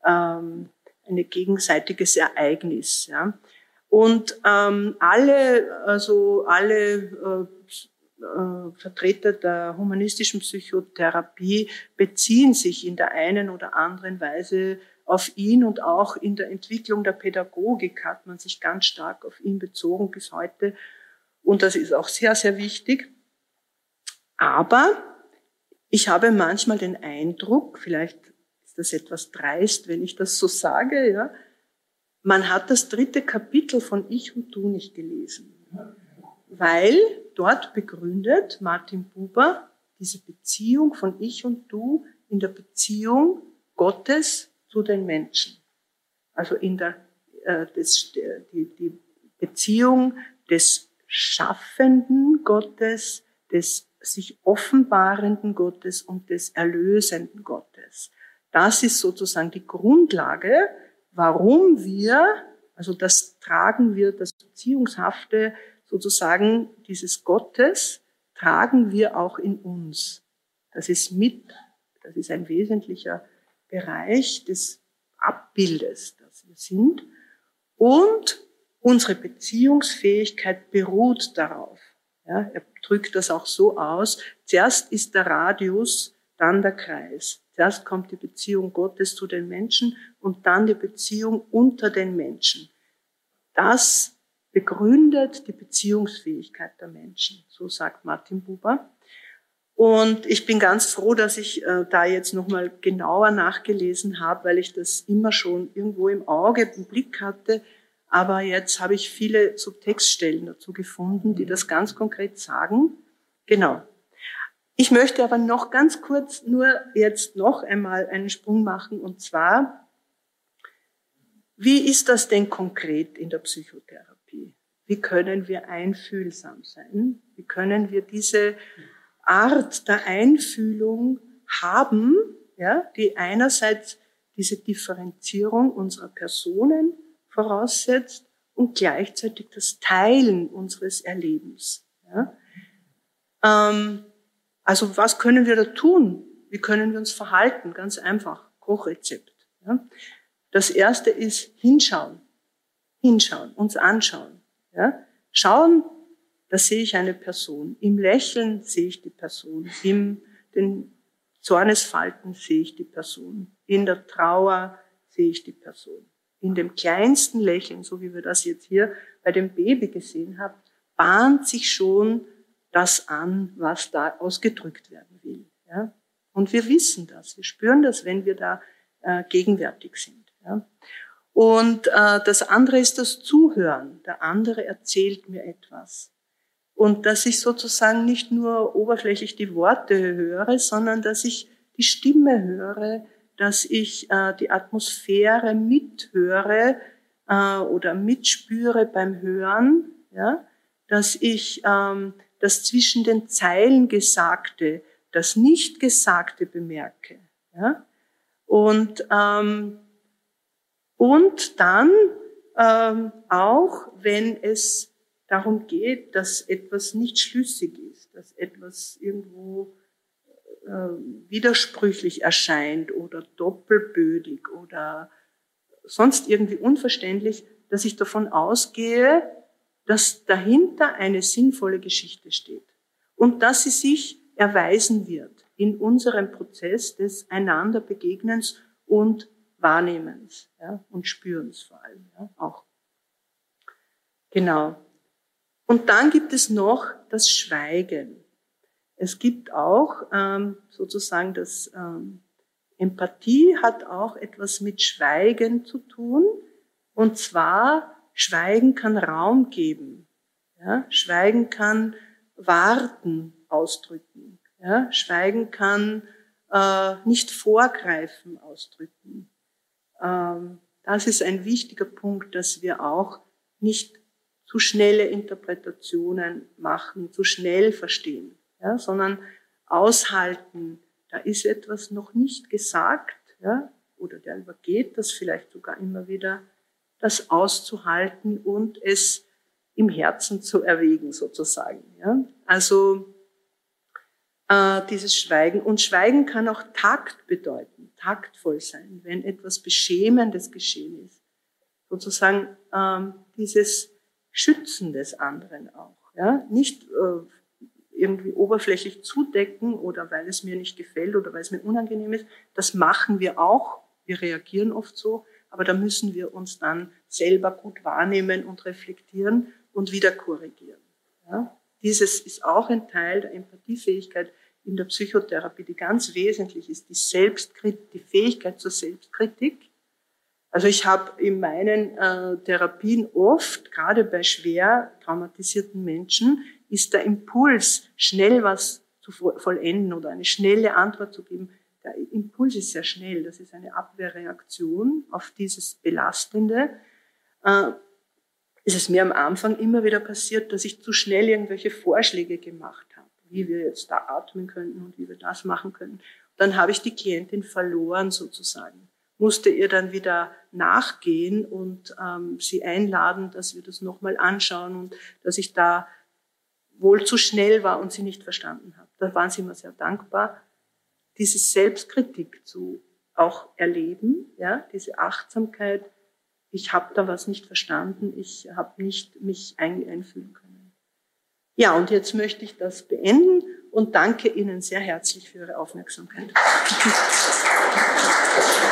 Ereignis. Ja. Und alle Vertreter der humanistischen Psychotherapie beziehen sich in der einen oder anderen Weise auf ihn und auch in der Entwicklung der Pädagogik hat man sich ganz stark auf ihn bezogen bis heute. Und das ist auch sehr, sehr wichtig. Aber ich habe manchmal den Eindruck, vielleicht ist das etwas dreist, wenn ich das so sage, ja, man hat das 3. Kapitel von Ich und Du nicht gelesen. Weil dort begründet Martin Buber diese Beziehung von Ich und Du in der Beziehung Gottes zu den Menschen. Also in die Beziehung des schaffenden Gottes, des sich offenbarenden Gottes und des erlösenden Gottes. Das ist sozusagen die Grundlage, warum das tragen wir, das Beziehungshafte sozusagen dieses Gottes, tragen wir auch in uns. Das ist ein wesentlicher Bereich des Abbildes, das wir sind. Und Unsere Beziehungsfähigkeit beruht darauf. Ja, er drückt das auch so aus. Zuerst ist der Radius, dann der Kreis. Zuerst kommt die Beziehung Gottes zu den Menschen und dann die Beziehung unter den Menschen. Das begründet die Beziehungsfähigkeit der Menschen, so sagt Martin Buber. Und ich bin ganz froh, dass ich da jetzt nochmal genauer nachgelesen habe, weil ich das immer schon irgendwo im Auge, im Blick hatte. Aber jetzt habe ich viele so Textstellen dazu gefunden, die das ganz konkret sagen. Genau. Ich möchte aber noch ganz kurz nur jetzt noch einmal einen Sprung machen. Und zwar, wie ist das denn konkret in der Psychotherapie? Wie können wir einfühlsam sein? Wie können wir diese Art der Einfühlung haben, ja, die einerseits diese Differenzierung unserer Personen voraussetzt und gleichzeitig das Teilen unseres Erlebens. Ja. Also was können wir da tun? Wie können wir uns verhalten? Ganz einfach, Kochrezept. Ja. Das erste ist hinschauen, uns anschauen. Ja. Schauen, da sehe ich eine Person. Im Lächeln sehe ich die Person. In den Zornesfalten sehe ich die Person. In der Trauer sehe ich die Person. In dem kleinsten Lächeln, so wie wir das jetzt hier bei dem Baby gesehen haben, bahnt sich schon das an, was da ausgedrückt werden will. Ja? Und wir wissen das, wir spüren das, wenn wir da gegenwärtig sind. Ja? Und das andere ist das Zuhören. Der andere erzählt mir etwas. Und dass ich sozusagen nicht nur oberflächlich die Worte höre, sondern dass ich die Stimme höre, dass ich die Atmosphäre mithöre oder mitspüre beim Hören, ja? Dass ich das zwischen den Zeilen Gesagte, das Nicht-Gesagte bemerke. Ja? Und dann auch, wenn es darum geht, dass etwas nicht schlüssig ist, dass etwas irgendwo widersprüchlich erscheint oder doppelbödig oder sonst irgendwie unverständlich, dass ich davon ausgehe, dass dahinter eine sinnvolle Geschichte steht und dass sie sich erweisen wird in unserem Prozess des einander Begegnens und Wahrnehmens, ja, und Spürens vor allem, ja, auch. Genau. Und dann gibt es noch das Schweigen. Es gibt auch sozusagen das Empathie hat auch etwas mit Schweigen zu tun. Und zwar, Schweigen kann Raum geben. Ja? Schweigen kann Warten ausdrücken. Ja? Schweigen kann nicht vorgreifen ausdrücken. Das ist ein wichtiger Punkt, dass wir auch nicht zu schnelle Interpretationen machen, zu schnell verstehen, ja, sondern aushalten, da ist etwas noch nicht gesagt, ja, oder der übergeht das vielleicht sogar immer wieder, das auszuhalten und es im Herzen zu erwägen sozusagen. Ja. Also dieses Schweigen. Und Schweigen kann auch Takt bedeuten, taktvoll sein, wenn etwas Beschämendes geschehen ist. Sozusagen dieses Schützen des anderen auch. Ja? Nicht irgendwie oberflächlich zudecken oder weil es mir nicht gefällt oder weil es mir unangenehm ist. Das machen wir auch. Wir reagieren oft so. Aber da müssen wir uns dann selber gut wahrnehmen und reflektieren und wieder korrigieren. Ja? Dieses ist auch ein Teil der Empathiefähigkeit in der Psychotherapie, die ganz wesentlich ist, die Fähigkeit zur Selbstkritik. Also ich habe in meinen Therapien oft, gerade bei schwer traumatisierten Menschen, ist der Impuls, schnell was zu vollenden oder eine schnelle Antwort zu geben. Der Impuls ist sehr schnell. Das ist eine Abwehrreaktion auf dieses Belastende. Ist es mir am Anfang immer wieder passiert, dass ich zu schnell irgendwelche Vorschläge gemacht habe, wie wir jetzt da atmen könnten und wie wir das machen könnten. Dann habe ich die Klientin verloren sozusagen. Musste ihr dann wieder nachgehen und sie einladen, dass wir das nochmal anschauen und dass ich da wohl zu schnell war und sie nicht verstanden habe. Da waren sie mir sehr dankbar, diese Selbstkritik zu auch erleben, ja, diese Achtsamkeit ich habe da was nicht verstanden, ich habe nicht mich einfühlen können. Ja, und jetzt möchte ich das beenden und danke Ihnen sehr herzlich für Ihre Aufmerksamkeit.